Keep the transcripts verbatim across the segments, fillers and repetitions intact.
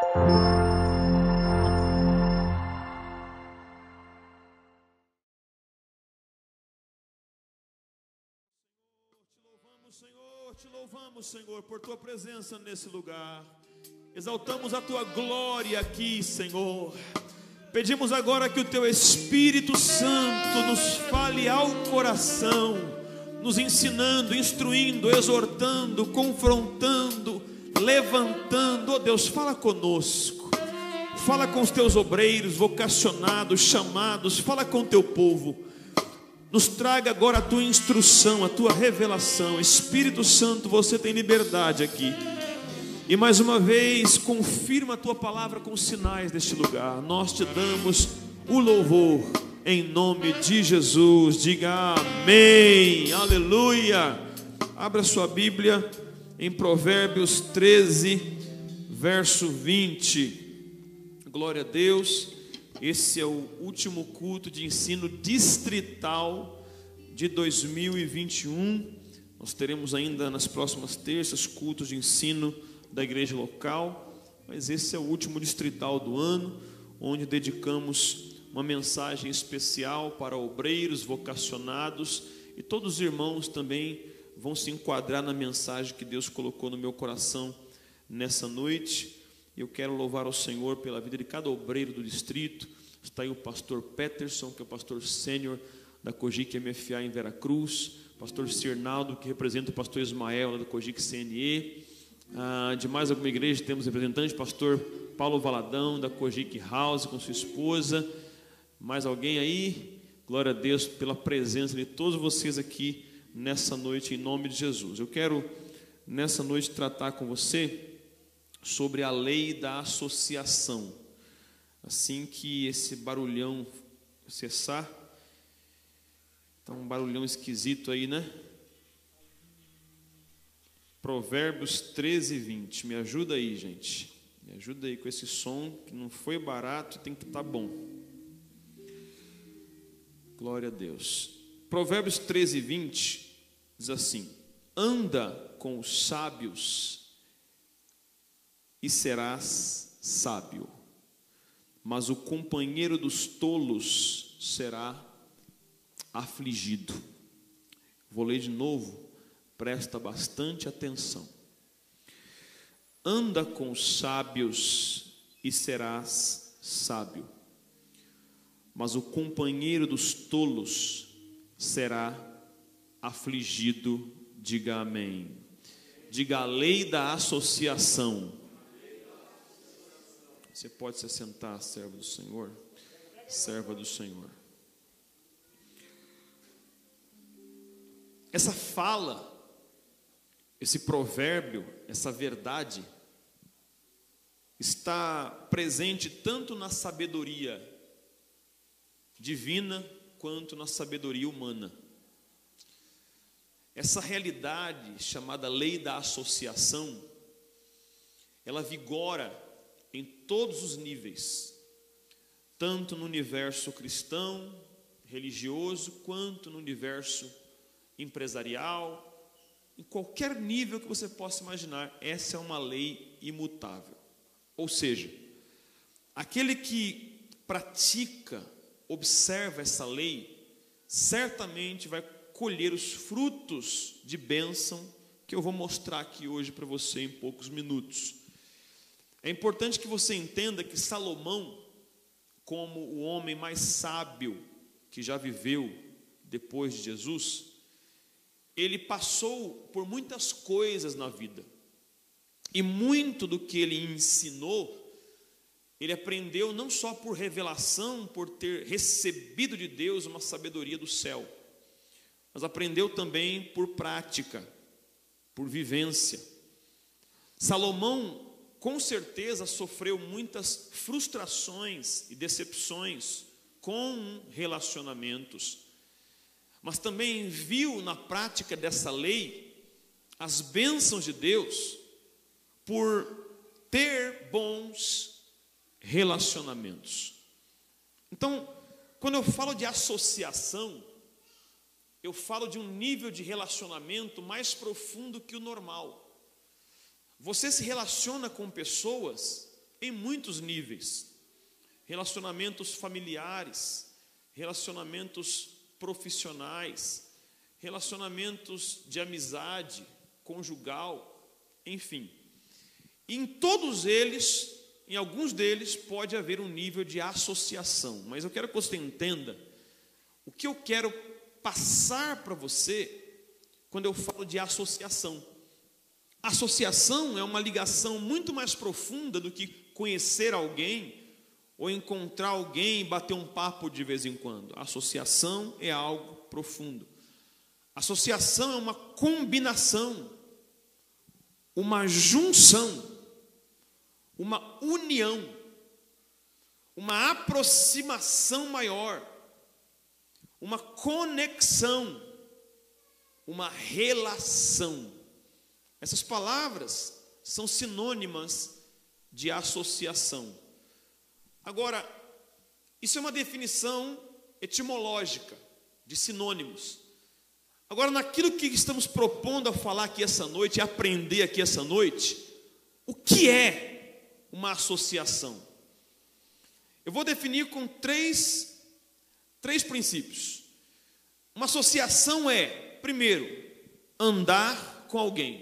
Senhor, te louvamos, Senhor, por tua presença nesse lugar. Exaltamos a tua glória aqui, Senhor. Pedimos agora que o teu Espírito Santo nos fale ao coração, nos ensinando, instruindo, exortando, confrontando, levantando. Oh Deus, fala conosco. Fala com os teus obreiros, vocacionados, chamados. Fala com o teu povo. Nos traga agora a tua instrução, a tua revelação. Espírito Santo, você tem liberdade aqui. E mais uma vez, confirma a tua palavra com sinais deste lugar. Nós te damos o louvor em nome de Jesus. Diga amém, aleluia. Abra sua Bíblia em Provérbios treze, verso vinte. Glória a Deus. Esse é o último culto de ensino distrital de dois mil e vinte e um. Nós teremos ainda nas próximas terças cultos de ensino da igreja local, mas esse é o último distrital do ano, onde dedicamos uma mensagem especial para obreiros, vocacionados, e todos os irmãos também vão se enquadrar na mensagem que Deus colocou no meu coração nessa noite. Eu quero louvar ao Senhor pela vida de cada obreiro do distrito. Está aí o pastor Peterson, que é o pastor sênior da Cogic M F A em Veracruz, pastor Cirnaldo, que representa o pastor Ismael, lá da Cogic C N E. Ah, de mais alguma igreja temos representante, pastor Paulo Valadão, da Cogic House, com sua esposa. Mais alguém aí? Glória a Deus pela presença de todos vocês aqui nessa noite, em nome de Jesus. Eu quero, nessa noite, tratar com você sobre a lei da associação. Assim que esse barulhão cessar, tá um barulhão esquisito aí, né? Provérbios treze, vinte. Me ajuda aí, gente. Me ajuda aí com esse som que não foi barato, tem que estar bom. Glória a Deus. Provérbios treze, vinte diz assim: anda com os sábios e serás sábio, mas o companheiro dos tolos será afligido. Vou ler de novo, presta bastante atenção. Anda com os sábios e serás sábio, mas o companheiro dos tolos será afligido. Diga amém. Diga a lei da associação. Você pode se assentar, servo do Senhor, serva do Senhor. Essa fala, esse provérbio, essa verdade, está presente tanto na sabedoria divina quanto na sabedoria humana. Essa realidade chamada lei da associação, ela vigora em todos os níveis, tanto no universo cristão, religioso, quanto no universo empresarial, em qualquer nível que você possa imaginar. Essa é uma lei imutável. Ou seja, aquele que pratica, observa essa lei, certamente vai colher os frutos de bênção que eu vou mostrar aqui hoje para você em poucos minutos. É importante que você entenda que Salomão, como o homem mais sábio que já viveu depois de Jesus, ele passou por muitas coisas na vida. E muito do que ele ensinou, ele aprendeu não só por revelação, por ter recebido de Deus uma sabedoria do céu, mas aprendeu também por prática, por vivência. Salomão, com certeza, sofreu muitas frustrações e decepções com relacionamentos, mas também viu na prática dessa lei as bênçãos de Deus por ter bons relacionamentos. Então, quando eu falo de associação, eu falo de um nível de relacionamento mais profundo que o normal. Você se relaciona com pessoas em muitos níveis. Relacionamentos familiares, relacionamentos profissionais, relacionamentos de amizade, conjugal, enfim. E em todos eles, em alguns deles, pode haver um nível de associação. Mas eu quero que você entenda o que eu quero passar para você quando eu falo de associação. Associação é uma ligação muito mais profunda do que conhecer alguém ou encontrar alguém e bater um papo de vez em quando. Associação é algo profundo. Associação é uma combinação, uma junção, uma união, uma aproximação maior, uma conexão, uma relação. Essas palavras são sinônimas de associação. Agora, isso é uma definição etimológica de sinônimos. Agora, naquilo que estamos propondo a falar aqui essa noite, a aprender aqui essa noite, o que é uma associação? Eu vou definir com três, três princípios. Uma associação é, primeiro, andar com alguém.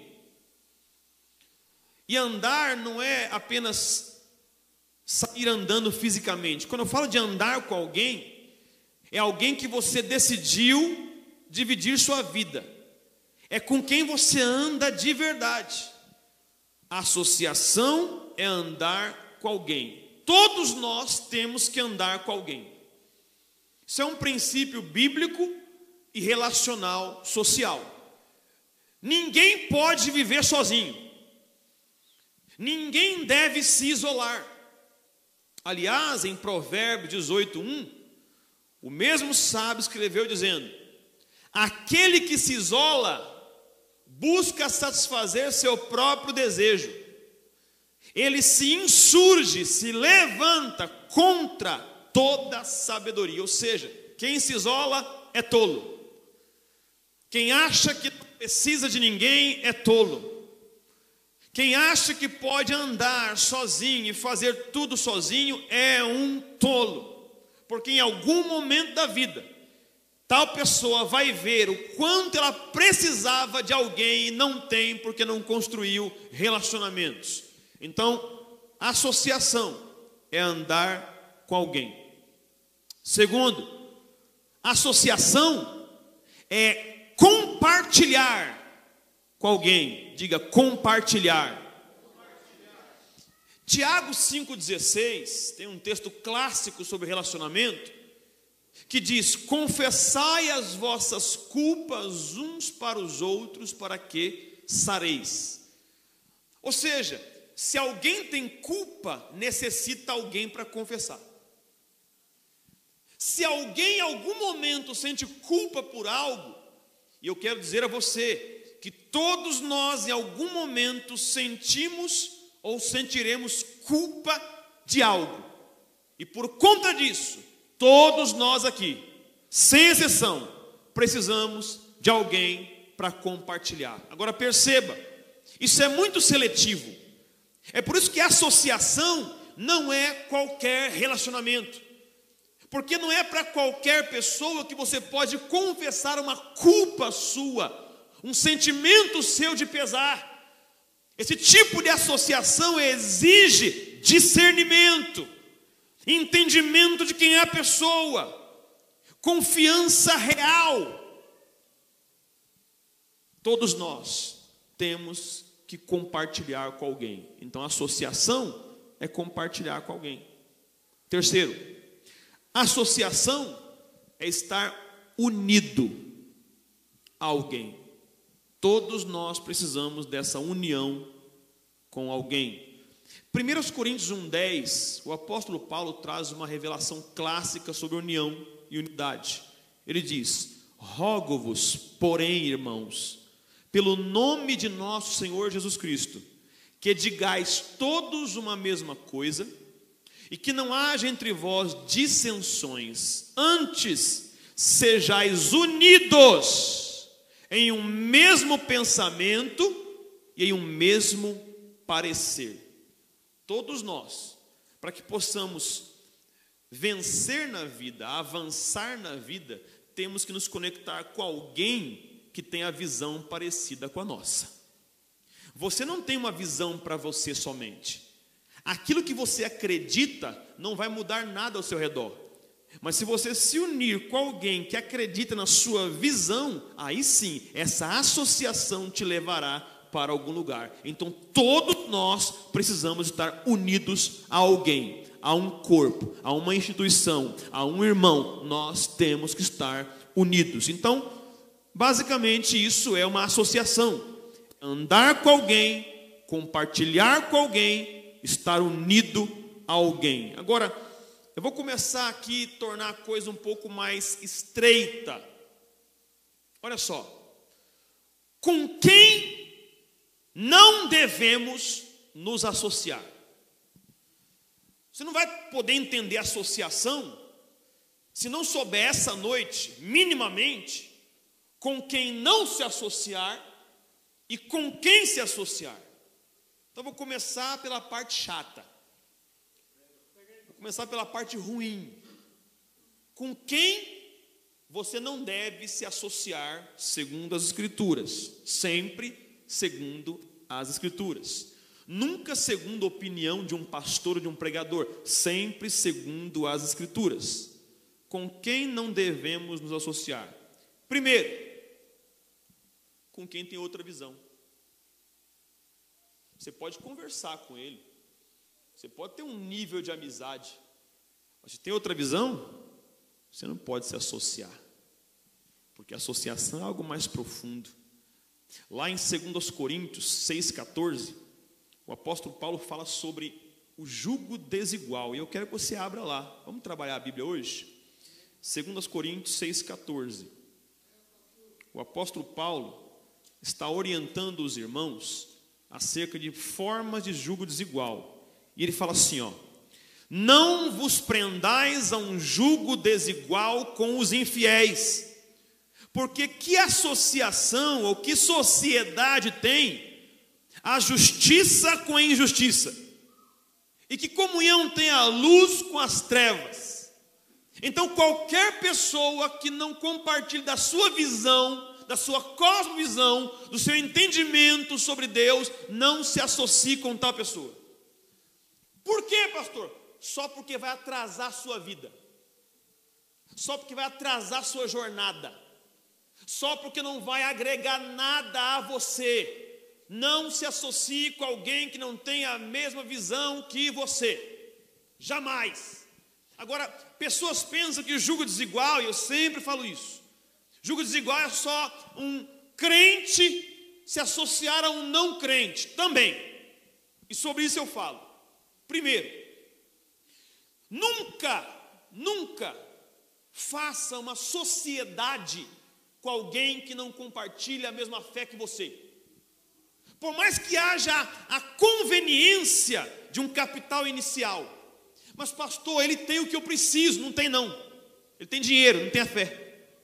E andar não é apenas sair andando fisicamente. Quando eu falo de andar com alguém, é alguém que você decidiu dividir sua vida. É com quem você anda de verdade. A associação é andar com alguém. Todos nós temos que andar com alguém. Isso é um princípio bíblico e relacional social. Ninguém pode viver sozinho. Ninguém deve se isolar. Aliás, em Provérbios dezoito, um, o mesmo sábio escreveu dizendo: aquele que se isola busca satisfazer seu próprio desejo. Ele se insurge, se levanta contra toda sabedoria. Ou seja, quem se isola é tolo. Quem acha que não precisa de ninguém é tolo. Quem acha que pode andar sozinho e fazer tudo sozinho é um tolo. Porque em algum momento da vida, tal pessoa vai ver o quanto ela precisava de alguém e não tem, porque não construiu relacionamentos. Então, associação é andar com alguém. Segundo, associação é compartilhar com alguém. Diga, compartilhar. Tiago cinco dezesseis tem um texto clássico sobre relacionamento que diz: confessai as vossas culpas uns para os outros, para que sareis. Ou seja, se alguém tem culpa, necessita alguém para confessar. Se alguém em algum momento sente culpa por algo, e eu quero dizer a você que todos nós em algum momento sentimos ou sentiremos culpa de algo. E por conta disso, todos nós aqui, sem exceção, precisamos de alguém para compartilhar. Agora perceba, isso é muito seletivo. É por isso que a associação não é qualquer relacionamento. Porque não é para qualquer pessoa que você pode confessar uma culpa sua, um sentimento seu de pesar. Esse tipo de associação exige discernimento, entendimento de quem é a pessoa, confiança real. Todos nós temos que compartilhar com alguém. Então, associação é compartilhar com alguém. Terceiro, associação é estar unido a alguém. Todos nós precisamos dessa união com alguém. primeira Coríntios um, dez, o apóstolo Paulo traz uma revelação clássica sobre união e unidade. Ele diz: rogo-vos, porém, irmãos, pelo nome de nosso Senhor Jesus Cristo, que digais todos uma mesma coisa, e que não haja entre vós dissensões, antes sejais unidos em um mesmo pensamento e em um mesmo parecer. todos nós, para que possamos vencer na vida, avançar na vida, temos que nos conectar com alguém que tem a visão parecida com a nossa. Você não tem uma visão para você somente. Aquilo que você acredita não vai mudar nada ao seu redor. Mas se você se unir com alguém que acredita na sua visão, aí sim, essa associação te levará para algum lugar. Então todos nós precisamos estar unidos a alguém, a um corpo, a uma instituição, a um irmão. Nós temos que estar unidos. Então, basicamente isso é uma associação. Andar com alguém, compartilhar com alguém, estar unido a alguém. Agora, eu vou começar aqui a tornar a coisa um pouco mais estreita. Olha só. Com quem não devemos nos associar? Você não vai poder entender associação se não souber essa noite, minimamente, com quem não se associar e com quem se associar. Então vou começar pela parte chata. Vou começar pela parte ruim. Com quem você não deve se associar segundo as Escrituras? Sempre segundo as Escrituras. Nunca segundo a opinião de um pastor ou de um pregador. Sempre segundo as Escrituras. Com quem não devemos nos associar? Primeiro, com quem tem outra visão. Você pode conversar com ele. Você pode ter um nível de amizade. Mas se tem outra visão, você não pode se associar. Porque a associação é algo mais profundo. Lá em dois Coríntios seis, quatorze, o apóstolo Paulo fala sobre o jugo desigual. E eu quero que você abra lá. Vamos trabalhar a Bíblia hoje? dois Coríntios seis, quatorze. O apóstolo Paulo está orientando os irmãos acerca de formas de jugo desigual. E ele fala assim, ó: não vos prendais a um jugo desigual com os infiéis, porque que associação ou que sociedade tem a justiça com a injustiça? E que comunhão tem a luz com as trevas? Então qualquer pessoa que não compartilhe da sua visão, da sua cosmovisão, do seu entendimento sobre Deus, não se associe com tal pessoa. Por quê, pastor? Só porque vai atrasar a sua vida. Só porque vai atrasar a sua jornada. Só porque não vai agregar nada a você. Não se associe com alguém que não tem a mesma visão que você. Jamais. Agora, pessoas pensam que o jugo desigual, e eu sempre falo isso, jugo desigual é só um crente se associar a um não crente, também. E sobre isso eu falo. Primeiro, nunca, nunca faça uma sociedade com alguém que não compartilha a mesma fé que você. Por mais que haja a conveniência de um capital inicial. Mas pastor, ele tem o que eu preciso. Não tem não. Ele tem dinheiro, não tem a fé.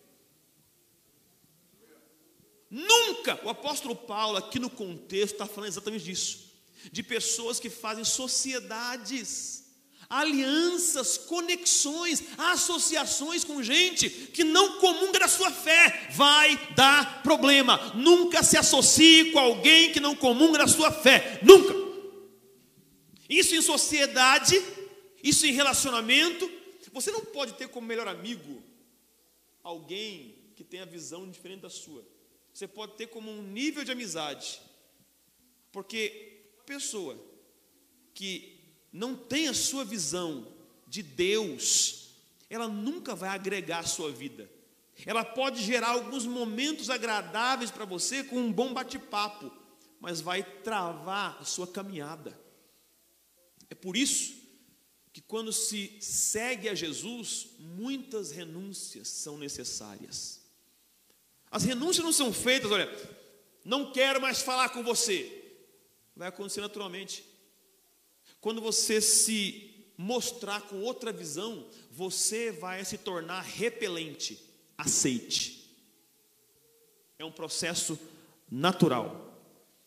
Nunca, o apóstolo Paulo aqui no contexto está falando exatamente disso. De pessoas que fazem sociedades, alianças, conexões, associações com gente que não comunga da sua fé. Vai dar problema. Nunca se associe com alguém que não comunga da sua fé. Nunca. Isso em sociedade, isso em relacionamento. Você não pode ter como melhor amigo alguém que tenha visão diferente da sua. Você pode ter como um nível de amizade. Porque a pessoa que não tem a sua visão de Deus, ela nunca vai agregar a sua vida. Ela pode gerar alguns momentos agradáveis para você com um bom bate-papo, mas vai travar a sua caminhada. É por isso que quando se segue a Jesus, muitas renúncias são necessárias. As renúncias não são feitas, olha, não quero mais falar com você. Vai acontecer naturalmente. Quando você se mostrar com outra visão, você vai se tornar repelente. Aceite. É um processo natural.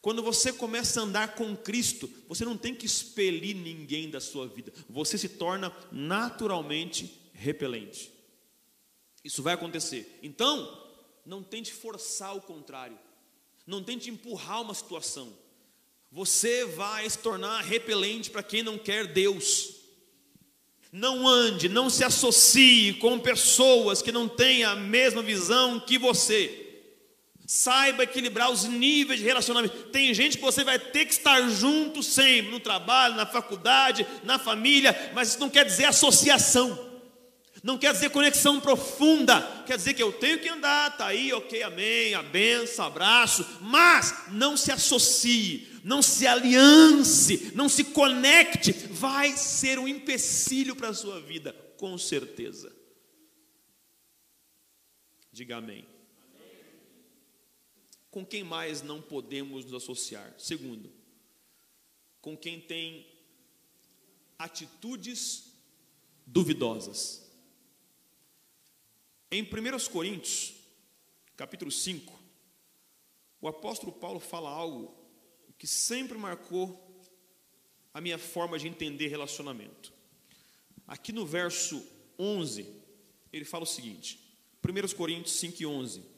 Quando você começa a andar com Cristo, você não tem que expelir ninguém da sua vida. Você se torna naturalmente repelente. Isso vai acontecer. Então, não tente forçar o contrário. Não tente empurrar uma situação. Você vai se tornar repelente para quem não quer Deus. Não ande, não se associe com pessoas que não têm a mesma visão que você. Saiba equilibrar os níveis de relacionamento. Tem gente que você vai ter que estar junto sempre, no trabalho, na faculdade, na família, mas isso não quer dizer associação. Não quer dizer conexão profunda. Quer dizer que eu tenho que andar, tá aí, ok, amém, a benção, abraço. Mas não se associe, não se aliance, não se conecte. Vai ser um empecilho para a sua vida, com certeza. Diga amém. Com quem mais não podemos nos associar? Segundo, com quem tem atitudes duvidosas. Em primeira Coríntios, capítulo cinco, o apóstolo Paulo fala algo que sempre marcou a minha forma de entender relacionamento. Aqui no verso onze, ele fala o seguinte, primeira Coríntios cinco e onze.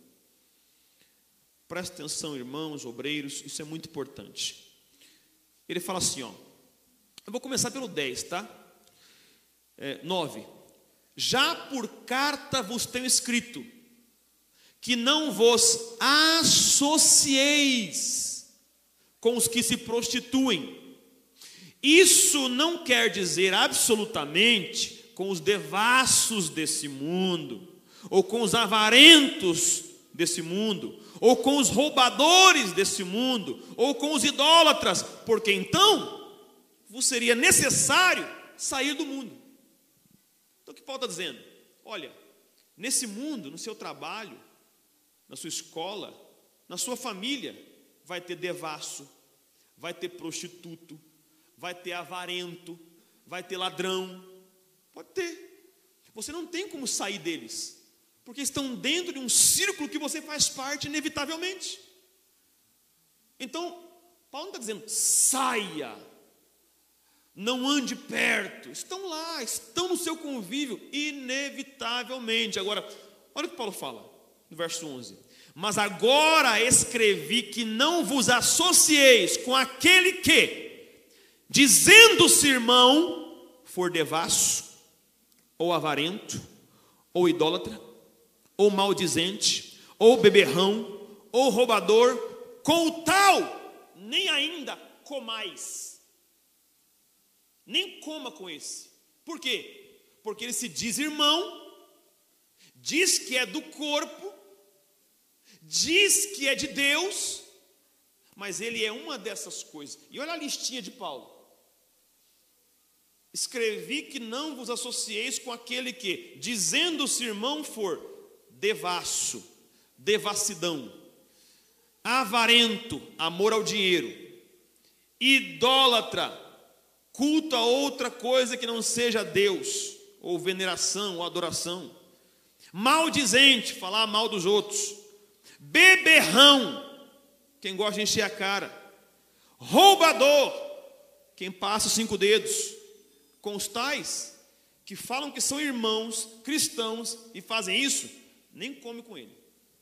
Presta atenção, irmãos, obreiros, isso é muito importante. Ele fala assim, ó, eu vou começar pelo dez, tá? É, nove. Já por carta vos tenho escrito, que não vos associeis com os que se prostituem. Isso não quer dizer absolutamente com os devassos desse mundo, ou com os avarentos desse mundo, ou com os roubadores desse mundo, ou com os idólatras, porque então vos seria necessário sair do mundo. Então o que Paulo está dizendo? Olha, nesse mundo, no seu trabalho, na sua escola, na sua família, vai ter devasso, vai ter prostituto, vai ter avarento, vai ter ladrão, pode ter. Você não tem como sair deles, porque estão dentro de um círculo que você faz parte inevitavelmente. Então, Paulo não está dizendo, saia, não ande perto. Estão lá, estão no seu convívio, inevitavelmente. Agora, olha o que Paulo fala, no verso onze. Mas agora escrevi que não vos associeis com aquele que, dizendo-se irmão, for devasso, ou avarento, ou idólatra, ou maldizente, ou beberrão, ou roubador, com o tal, nem ainda comais. Nem coma com esse. Por quê? Porque ele se diz irmão, diz que é do corpo, diz que é de Deus, mas ele é uma dessas coisas. E olha a listinha de Paulo. Escrevi que não vos associeis com aquele que, dizendo-se irmão, for devasso, devassidão, avarento, amor ao dinheiro, idólatra, culto a outra coisa que não seja Deus, ou veneração, ou adoração, maldizente, falar mal dos outros, beberrão, quem gosta de encher a cara, roubador, quem passa os cinco dedos, com os tais que falam que são irmãos cristãos e fazem isso, nem come com ele.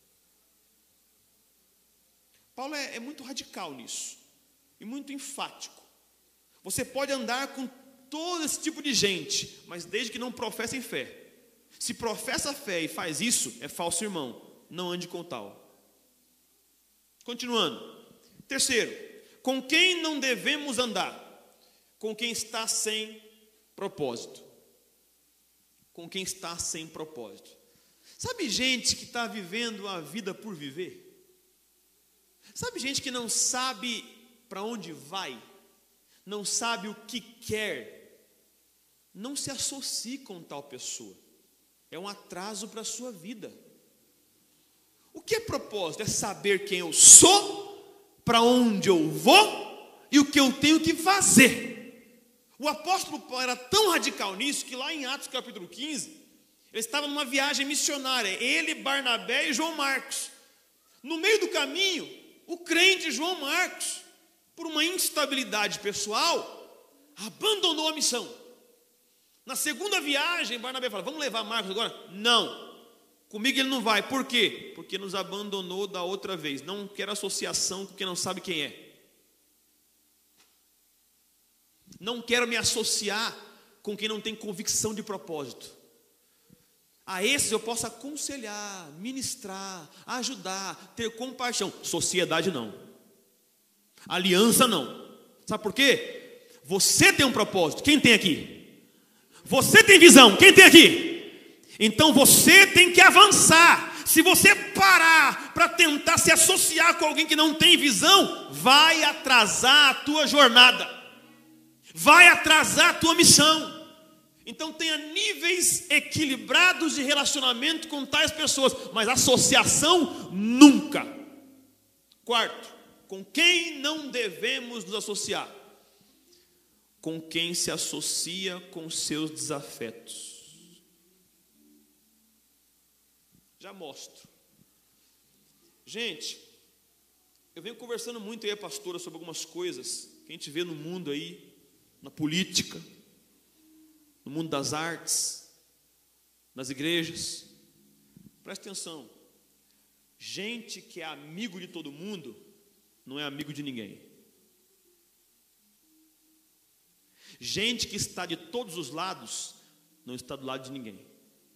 Paulo é, é muito radical nisso, e muito enfático. Você pode andar com todo esse tipo de gente, mas desde que não professem fé. Se professa fé e faz isso, é falso irmão, não ande com tal. Continuando. Terceiro, com quem não devemos andar? Com quem está sem propósito. Com quem está sem propósito. Sabe gente que está vivendo a vida por viver? Sabe gente que não sabe para onde vai? Não sabe o que quer? Não se associe com tal pessoa. É um atraso para a sua vida. O que é propósito? É saber quem eu sou, para onde eu vou e o que eu tenho que fazer. O apóstolo Paulo era tão radical nisso que lá em Atos capítulo quinze, ele estava numa viagem missionária, ele, Barnabé e João Marcos. No meio do caminho, o crente João Marcos, por uma instabilidade pessoal, abandonou a missão. Na segunda viagem, Barnabé fala: vamos levar Marcos agora? Não, comigo ele não vai. Por quê? Porque nos abandonou da outra vez. Não quer associação com quem não sabe quem é. Não quero me associar com quem não tem convicção de propósito. A esses eu posso aconselhar, ministrar, ajudar, ter compaixão. Sociedade não. Aliança não. Sabe por quê? Você tem um propósito. Quem tem aqui? Você tem visão. Quem tem aqui? Então você tem que avançar. Se você parar para tentar se associar com alguém que não tem visão, vai atrasar a tua jornada. Vai atrasar a tua missão. Então tenha níveis equilibrados de relacionamento com tais pessoas, mas associação nunca. Quarto, com quem não devemos nos associar? Com quem se associa com seus desafetos. Já mostro. Gente, eu venho conversando muito aí, pastora, sobre algumas coisas que a gente vê no mundo aí, na política, no mundo das artes, nas igrejas. Presta atenção. Gente que é amigo de todo mundo não é amigo de ninguém. Gente que está de todos os lados não está do lado de ninguém.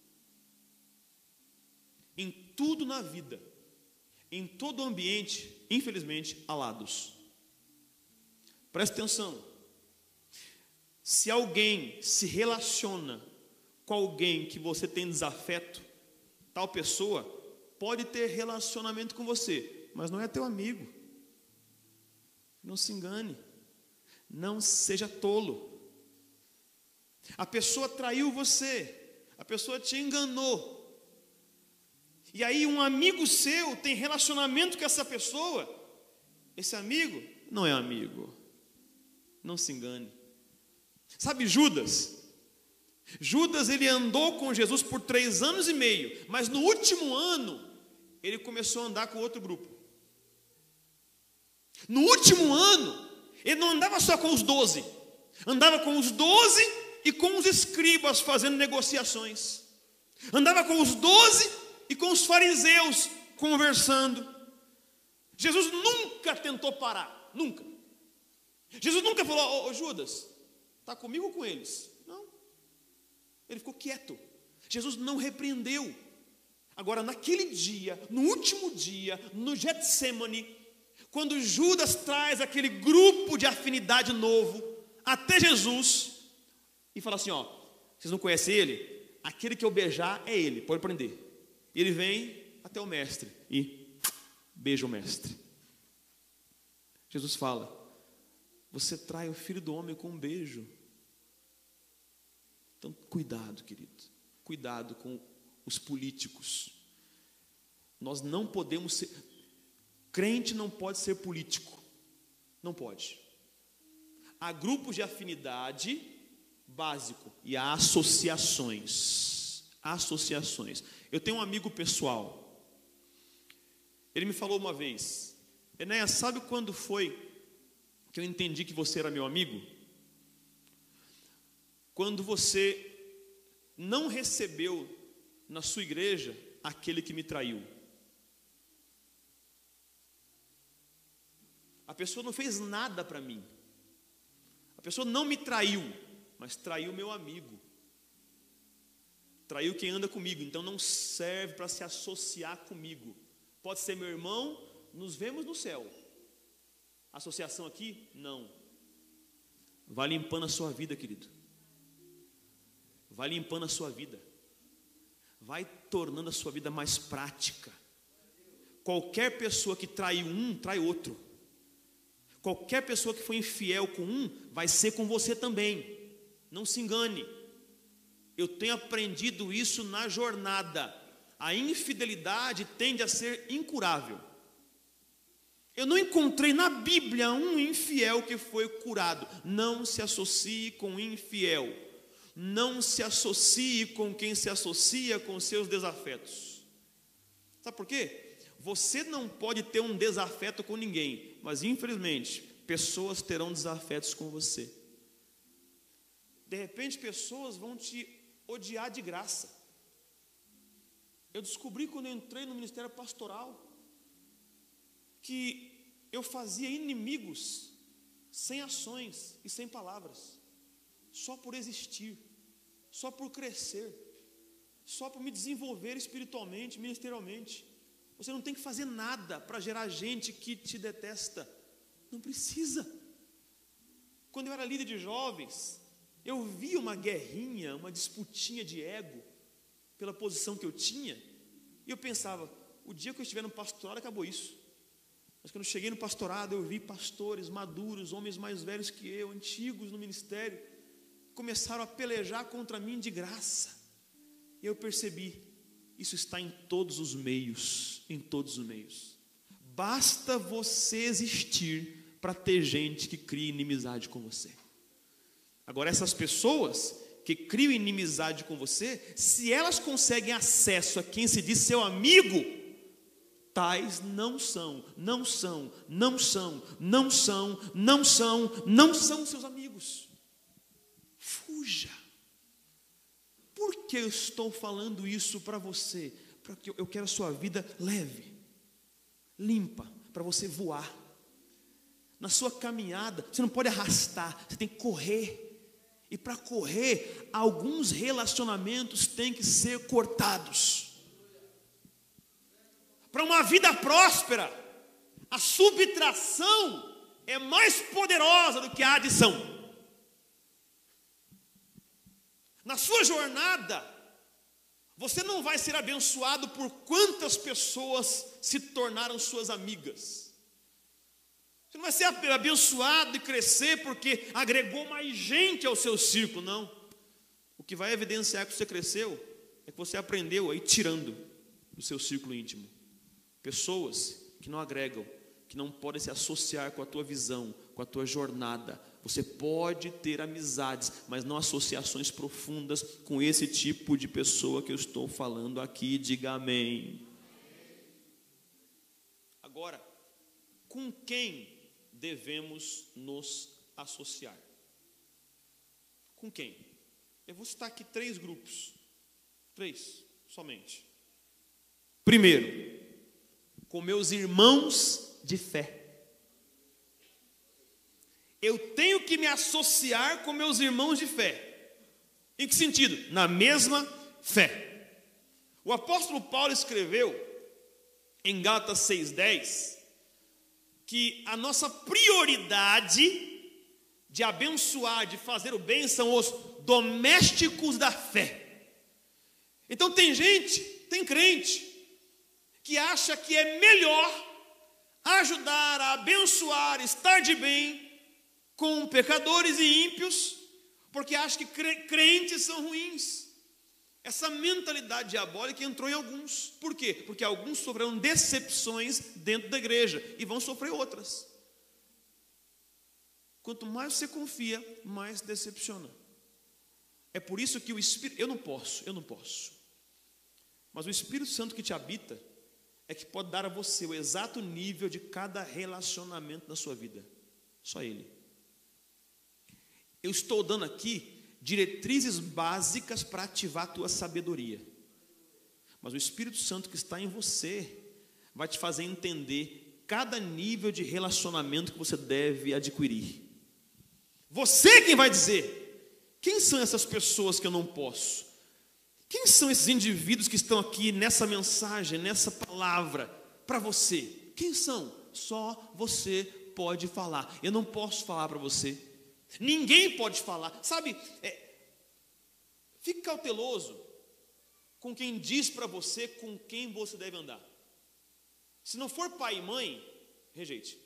Em tudo na vida, em todo ambiente, infelizmente, há lados. Presta atenção. Se alguém se relaciona com alguém que você tem desafeto, tal pessoa pode ter relacionamento com você, mas não é teu amigo. Não se engane. Não seja tolo. A pessoa traiu você, a pessoa te enganou. E aí um amigo seu tem relacionamento com essa pessoa. Esse amigo não é amigo. Não se engane. Sabe Judas? Judas, ele andou com Jesus por três anos e meio, mas no último ano, ele começou a andar com outro grupo. No último ano, ele não andava só com os doze, andava com os doze e com os escribas fazendo negociações. Andava com os doze e com os fariseus conversando. Jesus nunca tentou parar, nunca. Jesus nunca falou: ô, ô Judas, está comigo ou com eles? Não. Ele ficou quieto. Jesus não repreendeu. Agora, naquele dia, no último dia, no Getsemane, quando Judas traz aquele grupo de afinidade novo até Jesus e fala assim: ó, vocês não conhecem ele? Aquele que eu beijar é ele, pode prender. E ele vem até o mestre e beija o mestre. Jesus fala: você trai o filho do homem com um beijo. Então, cuidado, querido. Cuidado com os políticos. Nós não podemos ser... Crente não pode ser político. Não pode. Há grupos de afinidade básico e há associações. Associações. Eu tenho um amigo pessoal. Ele me falou uma vez: Enéas, sabe quando foi que eu entendi que você era meu amigo? Quando você não recebeu na sua igreja aquele que me traiu. A pessoa não fez nada para mim. A pessoa não me traiu, mas traiu meu amigo. Traiu quem anda comigo, então não serve para se associar comigo. Pode ser meu irmão, nos vemos no céu. Associação aqui? Não. Vai limpando a sua vida, querido. Vai limpando a sua vida. Vai tornando a sua vida mais prática. Qualquer pessoa que trai um, trai outro. Qualquer pessoa que foi infiel com um, vai ser com você também. Não se engane. Eu tenho aprendido isso na jornada. A infidelidade tende a ser incurável. Eu não encontrei na Bíblia um infiel que foi curado. Não se associe com infiel. Não se associe com quem se associa com seus desafetos. Sabe por quê? você não pode ter um desafeto com ninguém, mas infelizmente, pessoas terão desafetos com você. De repente, pessoas vão te odiar de graça. Eu descobri quando eu entrei no ministério pastoral que eu fazia inimigos sem ações e sem palavras, só por existir, só por crescer, só por me desenvolver espiritualmente, ministerialmente. Você não tem que fazer nada para gerar gente que te detesta, não precisa. Quando eu era líder de jovens, eu via uma guerrinha, uma disputinha de ego pela posição que eu tinha, e eu pensava, o dia que eu estiver no pastorado acabou isso. Mas quando eu cheguei no pastorado, eu vi pastores maduros, homens mais velhos que eu, antigos no ministério, começaram a pelejar contra mim de graça. E eu percebi, isso está em todos os meios, em todos os meios. Basta você existir para ter gente que cria inimizade com você. Agora, essas pessoas que criam inimizade com você, se elas conseguem acesso a quem se diz seu amigo, tais não são, não são, não são, não são, não são, não são seus amigos. Fuja. Por que eu estou falando isso para você? Porque eu quero a sua vida leve, limpa, para você voar. Na sua caminhada, você não pode arrastar, você tem que correr. E para correr, alguns relacionamentos têm que ser cortados. Para uma vida próspera, a subtração é mais poderosa do que a adição. Na sua jornada, você não vai ser abençoado por quantas pessoas se tornaram suas amigas. Você não vai ser abençoado e crescer porque agregou mais gente ao seu círculo, não. O que vai evidenciar que você cresceu é que você aprendeu a ir tirando do seu círculo íntimo pessoas que não agregam, que não podem se associar com a tua visão, com a tua jornada. Você pode ter amizades, mas não associações profundas com esse tipo de pessoa que eu estou falando aqui. Diga amém. Agora, com quem devemos nos associar? Com quem? Eu vou citar aqui três grupos. Três, somente. Primeiro, com meus irmãos de fé. Eu tenho que me associar com meus irmãos de fé. Em que sentido? Na mesma fé. O apóstolo Paulo escreveu em Gálatas seis, dez, que a nossa prioridade de abençoar, de fazer o bem, são os domésticos da fé. Então tem gente, tem crente, que acha que é melhor ajudar a abençoar, estar de bem com pecadores e ímpios, porque acha que crentes são ruins. Essa mentalidade diabólica entrou em alguns. Por quê? Porque alguns sofreram decepções dentro da igreja e vão sofrer outras. Quanto mais você confia, mais decepciona. É por isso que o Espírito, eu não posso, eu não posso. Mas o Espírito Santo que te habita é que pode dar a você o exato nível de cada relacionamento na sua vida. Só Ele. Eu estou dando aqui diretrizes básicas para ativar a tua sabedoria. Mas o Espírito Santo que está em você vai te fazer entender cada nível de relacionamento que você deve adquirir. Você quem vai dizer, quem são essas pessoas que eu não posso? Quem são esses indivíduos que estão aqui nessa mensagem, nessa palavra, para você? Quem são? Só você pode falar. Eu não posso falar para você. Ninguém pode falar. Sabe, é, fique cauteloso com quem diz para você com quem você deve andar. Se não for pai e mãe, rejeite.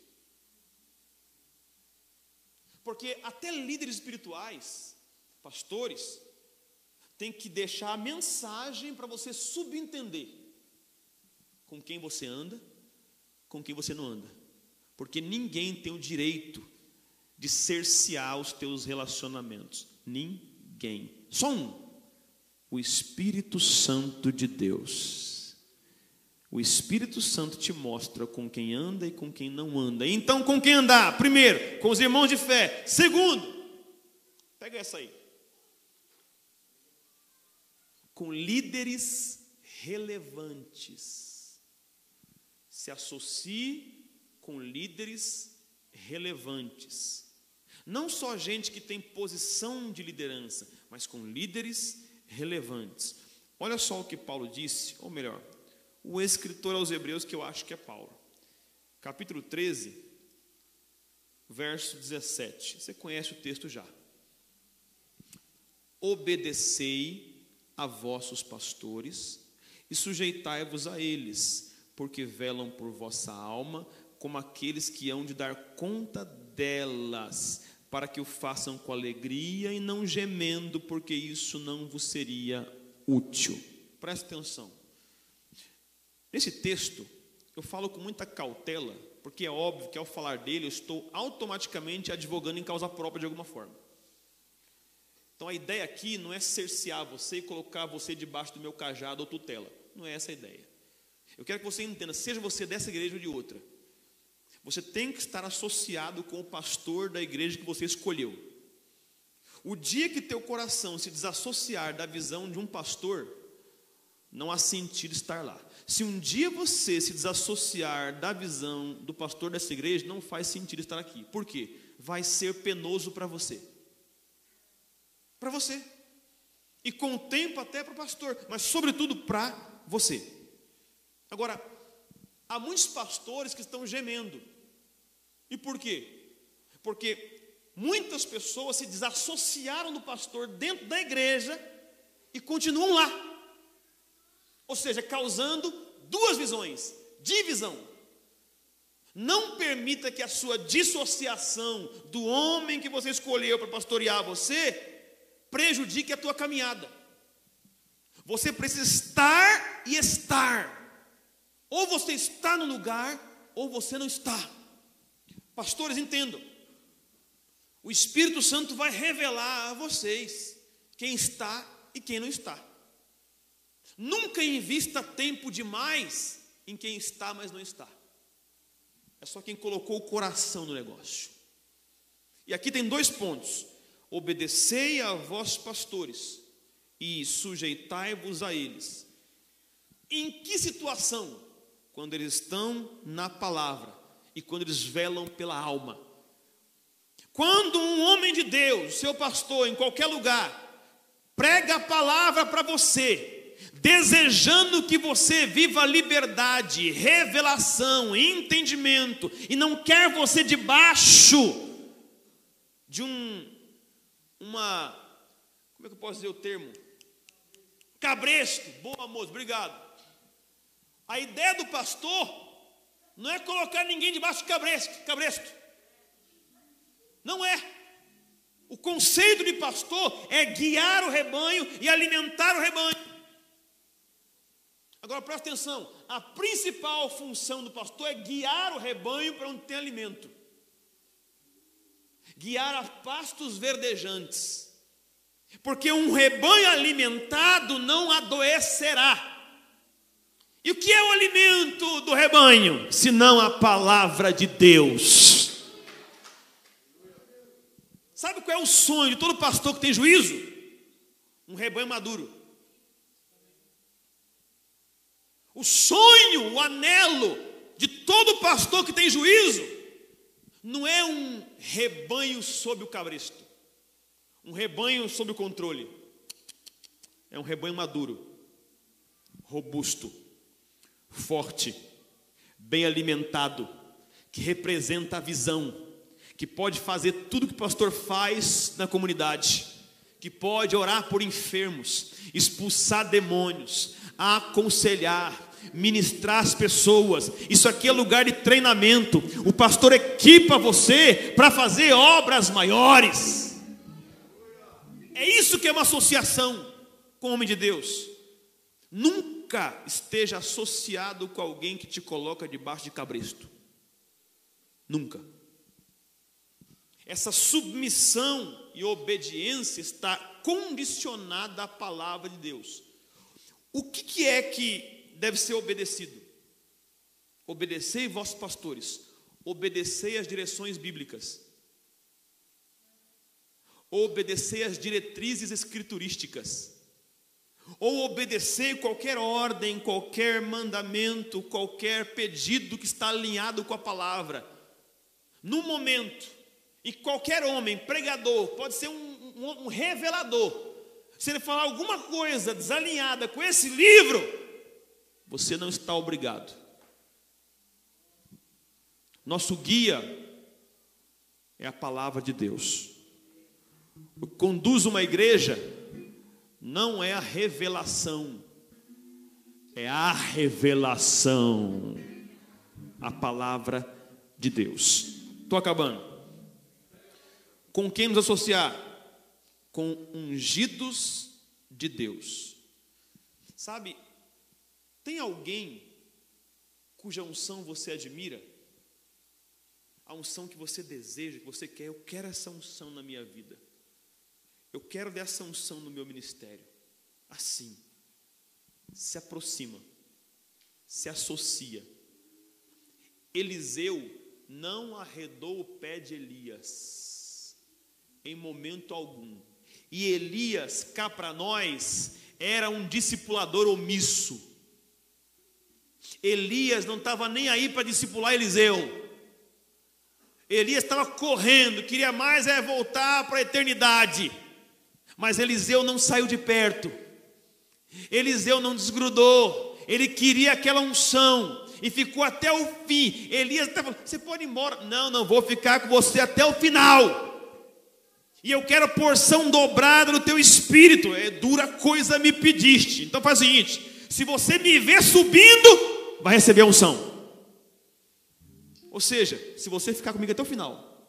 Porque até líderes espirituais, pastores, tem que deixar a mensagem para você subentender com quem você anda, com quem você não anda. Porque ninguém tem o direito de cercear os teus relacionamentos. Ninguém. Só um. O Espírito Santo de Deus. o Espírito Santo te mostra com quem anda e com quem não anda. Então, com quem andar? Primeiro, com os irmãos de fé. Segundo, pega essa aí, com líderes relevantes. Se associe com líderes relevantes. Não só gente que tem posição de liderança, mas com líderes relevantes. Olha só o que Paulo disse, ou melhor, o escritor aos Hebreus, que eu acho que é Paulo. Capítulo treze, verso dezessete. Você conhece o texto já. Obedecei a vossos pastores e sujeitai-vos a eles, porque velam por vossa alma, como aqueles que hão de dar conta delas, para que o façam com alegria e não gemendo, porque isso não vos seria útil. Preste atenção. Nesse texto, eu falo com muita cautela, porque é óbvio que ao falar dele, eu estou automaticamente advogando em causa própria de alguma forma. Então a ideia aqui não é cercear você e colocar você debaixo do meu cajado ou tutela. Não é essa a ideia. Eu quero que você entenda, seja você dessa igreja ou de outra, você tem que estar associado com o pastor da igreja que você escolheu. O dia que teu coração se desassociar da visão de um pastor, não há sentido estar lá. Se um dia você se desassociar da visão do pastor dessa igreja, não faz sentido estar aqui. Por quê? Vai ser penoso para você. Para você. E com o tempo até para o pastor, mas sobretudo para você. Agora, há muitos pastores que estão gemendo. E por quê? Porque muitas pessoas se desassociaram do pastor dentro da igreja e continuam lá. Ou seja, causando duas visões, divisão. Não permita que a sua dissociação do homem que você escolheu para pastorear você prejudique a tua caminhada. Você precisa estar e estar. Ou você está no lugar, ou você não está. Pastores, entendam. O Espírito Santo vai revelar a vocês quem está e quem não está. Nunca invista tempo demais em quem está, mas não está. É só quem colocou o coração no negócio. E aqui tem dois pontos. Obedecei a vossos pastores e sujeitai-vos a eles. Em que situação? Quando eles estão na palavra e quando eles velam pela alma. Quando um homem de Deus, seu pastor, em qualquer lugar, prega a palavra para você, desejando que você viva liberdade, revelação, entendimento, e não quer você debaixo de um, uma, como é que eu posso dizer o termo? Cabresto. Boa, moço, obrigado. A ideia do pastor não é colocar ninguém debaixo de cabresto, cabresto. Não é. O conceito de pastor é guiar o rebanho e alimentar o rebanho. Agora presta atenção, a principal função do pastor é guiar o rebanho para onde tem alimento. Guiar a pastos verdejantes. Porque um rebanho alimentado não adoecerá. E o que é o alimento do rebanho? Senão a palavra de Deus. Sabe qual é o sonho de todo pastor que tem juízo? Um rebanho maduro. O sonho, o anelo de todo pastor que tem juízo não é um rebanho sob o cabresto, um rebanho sob o controle. É um rebanho maduro, robusto, forte, bem alimentado, que representa a visão, que pode fazer tudo que o pastor faz na comunidade, que pode orar por enfermos, expulsar demônios, aconselhar, ministrar as pessoas. Isso aqui é lugar de treinamento. O pastor equipa você para fazer obras maiores. É isso que é uma associação com o homem de Deus. Nunca esteja associado com alguém que te coloca debaixo de cabresto. Nunca. Essa submissão e obediência está condicionada à palavra de Deus. O que, que é que deve ser obedecido? Obedecei vossos pastores. Obedecei as direções bíblicas. Obedecei as diretrizes escriturísticas. Ou obedecei qualquer ordem, qualquer mandamento, qualquer pedido que está alinhado com a palavra. No momento, e qualquer homem, pregador, pode ser um, um, um revelador, se ele falar alguma coisa desalinhada com esse livro, você não está obrigado. Nosso guia é a palavra de Deus. O que conduz uma igreja não é a revelação, é a revelação, a palavra de Deus. Estou acabando. Com quem nos associar? Com ungidos de Deus. Sabe, tem alguém cuja unção você admira? A unção que você deseja, que você quer. Eu quero essa unção na minha vida. Eu quero dessa unção no meu ministério. Assim, se aproxima, se associa. Eliseu não arredou o pé de Elias em momento algum. E Elias, cá para nós, era um discipulador omisso. Elias não estava nem aí para discipular Eliseu. Elias estava correndo, queria mais é voltar para a eternidade. Mas Eliseu não saiu de perto. Eliseu não desgrudou. Ele queria aquela unção e ficou até o fim. Elias estava, você pode ir embora. Não, não vou ficar com você até o final. E eu quero porção dobrada no teu espírito. É dura coisa me pediste. Então faz o seguinte: se você me ver subindo, vai receber a unção. Ou seja, se você ficar comigo até o final,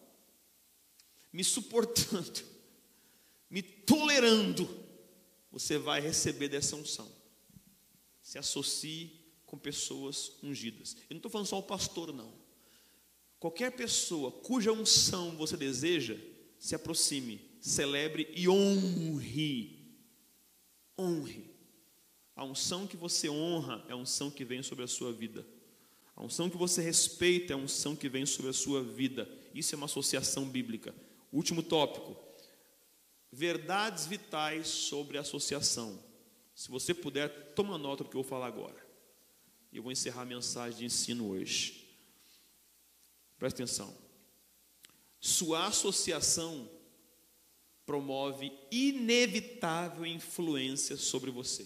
me suportando, me tolerando, você vai receber dessa unção. Se associe com pessoas ungidas. Eu não estou falando só o pastor, não. Qualquer pessoa cuja unção você deseja, se aproxime, celebre e honre. Honre. A unção que você honra é a unção que vem sobre a sua vida. A unção que você respeita é a unção que vem sobre a sua vida. Isso é uma associação bíblica. Último tópico. Verdades vitais sobre a associação. Se você puder, toma nota do que eu vou falar agora. Eu vou encerrar a mensagem de ensino hoje. Presta atenção. Sua associação promove inevitável influência sobre você.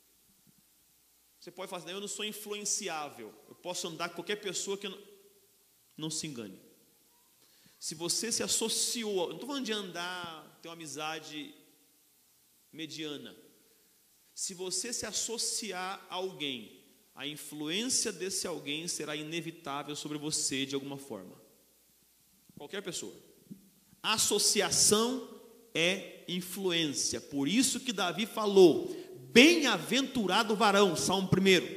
Você pode falar assim: eu não sou influenciável, eu posso andar com qualquer pessoa que não... Não se engane. Se você se associou, eu não estou falando de andar, ter uma amizade mediana. Se você se associar a alguém, a influência desse alguém será inevitável sobre você de alguma forma. Qualquer pessoa. Associação é influência. Por isso que Davi falou: bem-aventurado o varão, Salmo primeiro,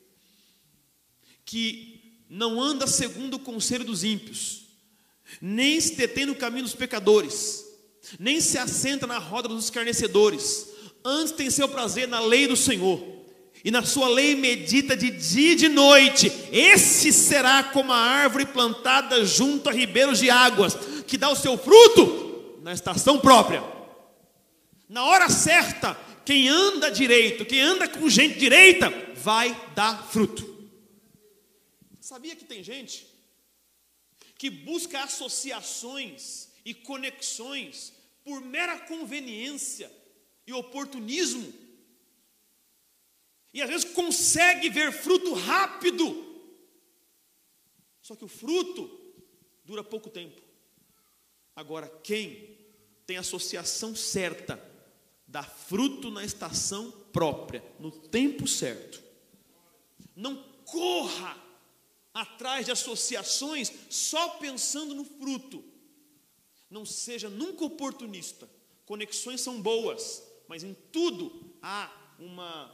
que não anda segundo o conselho dos ímpios, nem se detém no caminho dos pecadores, nem se assenta na roda dos escarnecedores. Antes tem seu prazer na lei do Senhor, e na sua lei medita de dia e de noite. Esse será como a árvore plantada junto a ribeiros de águas, que dá o seu fruto na estação própria. Na hora certa, quem anda direito, quem anda com gente direita, vai dar fruto. Sabia que tem gente que busca associações e conexões por mera conveniência e oportunismo, e às vezes consegue ver fruto rápido, só que o fruto dura pouco tempo. Agora, quem tem associação certa, dá fruto na estação própria, no tempo certo. Não corra atrás de associações só pensando no fruto. Não seja nunca oportunista. Conexões são boas, mas em tudo há uma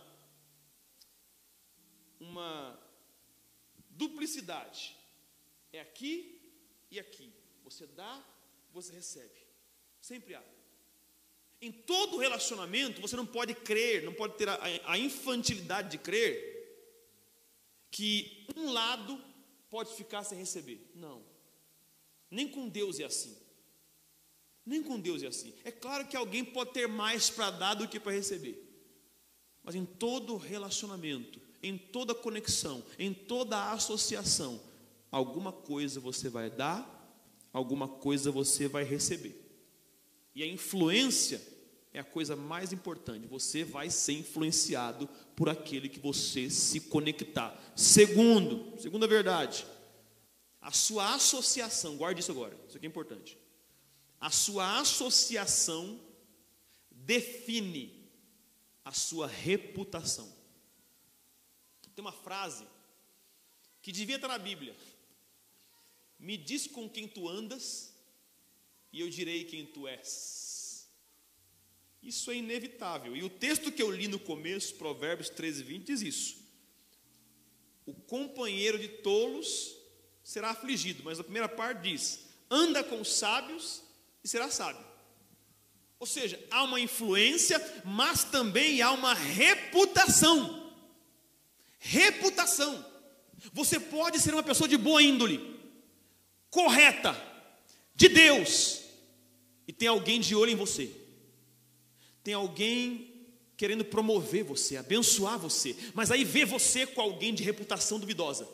uma duplicidade. É aqui e aqui. Você dá, você recebe. Sempre há. Em todo relacionamento, você não pode crer, não pode ter a, a infantilidade de crer que um lado pode ficar sem receber. Não. Nem com Deus é assim. Nem com Deus é assim. É claro que alguém pode ter mais para dar do que para receber. Mas em todo relacionamento, em toda conexão, em toda associação, alguma coisa você vai dar, alguma coisa você vai receber. E a influência é a coisa mais importante. Você vai ser influenciado por aquele que você se conectar. Segundo, segunda verdade, a sua associação, guarde isso agora, isso aqui é importante. A sua associação define a sua reputação. Tem uma frase que devia estar na Bíblia. Me diz com quem tu andas e eu direi quem tu és. Isso é inevitável. E o texto que eu li no começo, Provérbios treze, vinte, diz isso. O companheiro de tolos será afligido. Mas a primeira parte diz, anda com os sábios e será sábio. Ou seja, há uma influência, mas também há uma reputação. Reputação. Você pode ser uma pessoa de boa índole, correta, de Deus, e tem alguém de olho em você. Tem alguém querendo promover você, abençoar você, mas aí vê você com alguém de reputação duvidosa.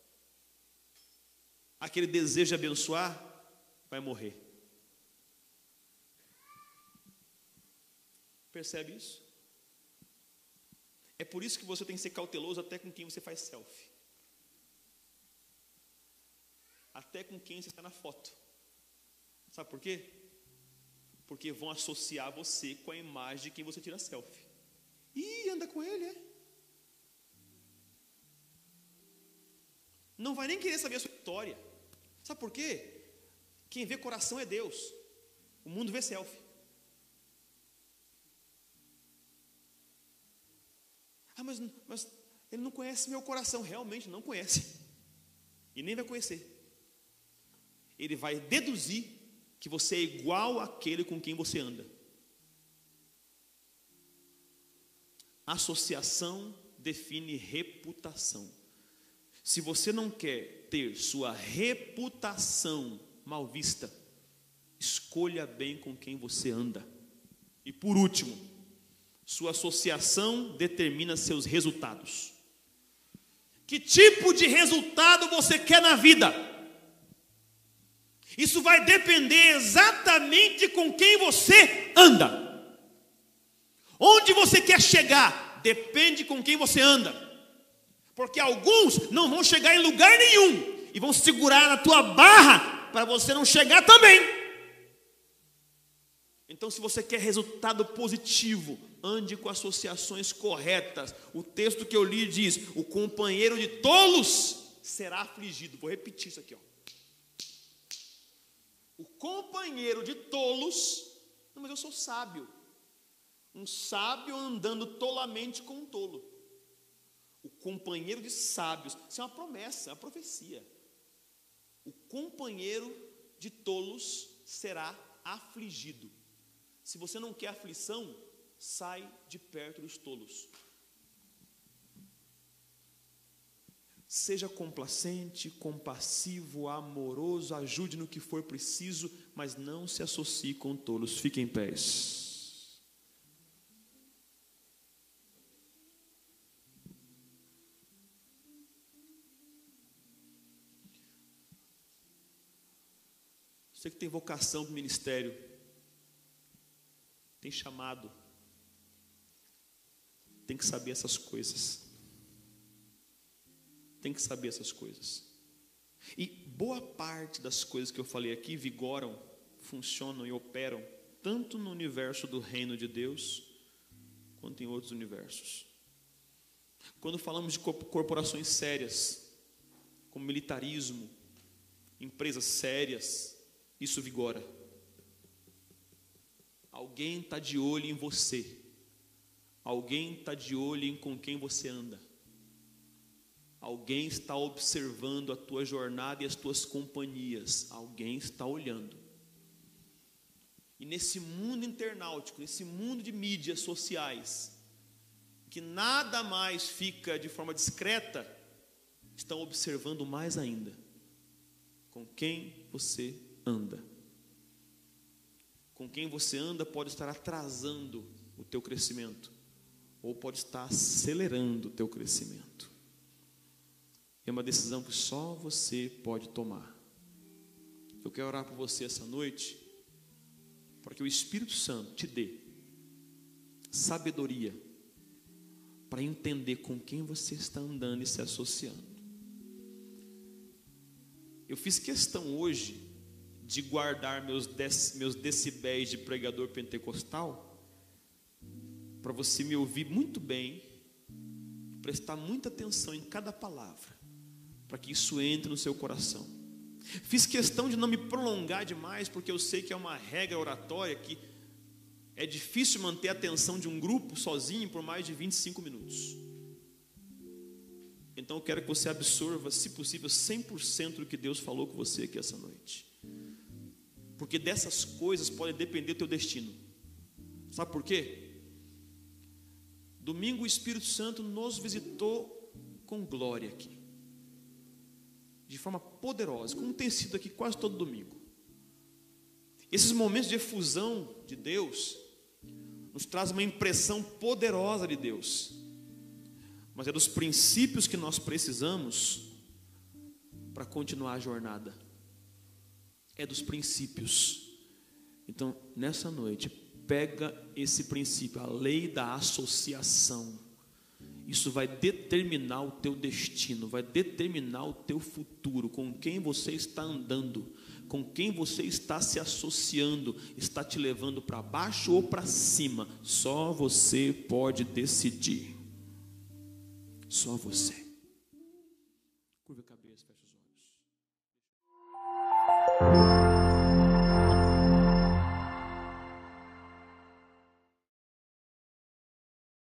Aquele desejo de abençoar vai morrer. Percebe isso? É por isso que você tem que ser cauteloso até com quem você faz selfie. Até com quem você está na foto. Sabe por quê? Porque vão associar você com a imagem de quem você tira selfie. Ih, anda com ele, é? Não vai nem querer saber a sua história. Sabe por quê? Quem vê coração é Deus. O mundo vê selfie. Ah, mas, mas ele não conhece meu coração. Realmente não conhece. E nem vai conhecer. Ele vai deduzir que você é igual àquele com quem você anda. Associação define reputação. Se você não quer ter sua reputação mal vista, escolha bem com quem você anda. E por último, sua associação determina seus resultados. Que tipo de resultado você quer na vida? Isso vai depender exatamente com quem você anda. Onde você quer chegar, depende com quem você anda. Porque alguns não vão chegar em lugar nenhum e vão segurar na tua barra para você não chegar também. Então, se você quer resultado positivo, ande com associações corretas. O texto que eu li diz, o companheiro de tolos será afligido. Vou repetir isso aqui, ó. O companheiro de tolos, não, mas eu sou sábio. Um sábio andando tolamente com um tolo. O companheiro de sábios, isso é uma promessa, é uma profecia. O companheiro de tolos será afligido. Se você não quer aflição, sai de perto dos tolos. Seja complacente, compassivo, amoroso, ajude no que for preciso, mas não se associe com tolos. Fiquem em pés. Você que tem vocação para o ministério, tem chamado, tem que saber essas coisas. Tem que saber essas coisas. E boa parte das coisas que eu falei aqui vigoram, funcionam e operam tanto no universo do reino de Deus quanto em outros universos. Quando falamos de corporações sérias, como militarismo, empresas sérias, isso vigora. Alguém está de olho em você. Alguém está de olho em com quem você anda. Alguém está observando a tua jornada e as tuas companhias. Alguém está olhando. E nesse mundo internautico, nesse mundo de mídias sociais, que nada mais fica de forma discreta, estão observando mais ainda com quem você anda. Com quem você anda pode estar atrasando o teu crescimento, ou pode estar acelerando o teu crescimento. É uma decisão que só você pode tomar. Eu quero orar por você essa noite, para que o Espírito Santo te dê sabedoria para entender com quem você está andando e se associando. Eu fiz questão hoje de guardar meus, dec, meus decibéis de pregador pentecostal, para você me ouvir muito bem, prestar muita atenção em cada palavra, para que isso entre no seu coração. Fiz questão de não me prolongar demais, porque eu sei que é uma regra oratória que é difícil manter a atenção de um grupo sozinho por mais de vinte e cinco minutos. Então eu quero que você absorva, se possível, cem por cento do que Deus falou com você aqui essa noite. Porque dessas coisas pode depender do teu destino. Sabe por quê? Domingo o Espírito Santo nos visitou com glória aqui, de forma poderosa, como tem sido aqui quase todo domingo. Esses momentos de efusão de Deus nos traz uma impressão poderosa de Deus, mas é dos princípios que nós precisamos para continuar a jornada. É dos princípios. Então, nessa noite, pega esse princípio, a lei da associação. Isso vai determinar o teu destino, vai determinar o teu futuro, com quem você está andando, com quem você está se associando, está te levando para baixo ou para cima. Só você pode decidir. Só você. Curva a cabeça, fecha os olhos.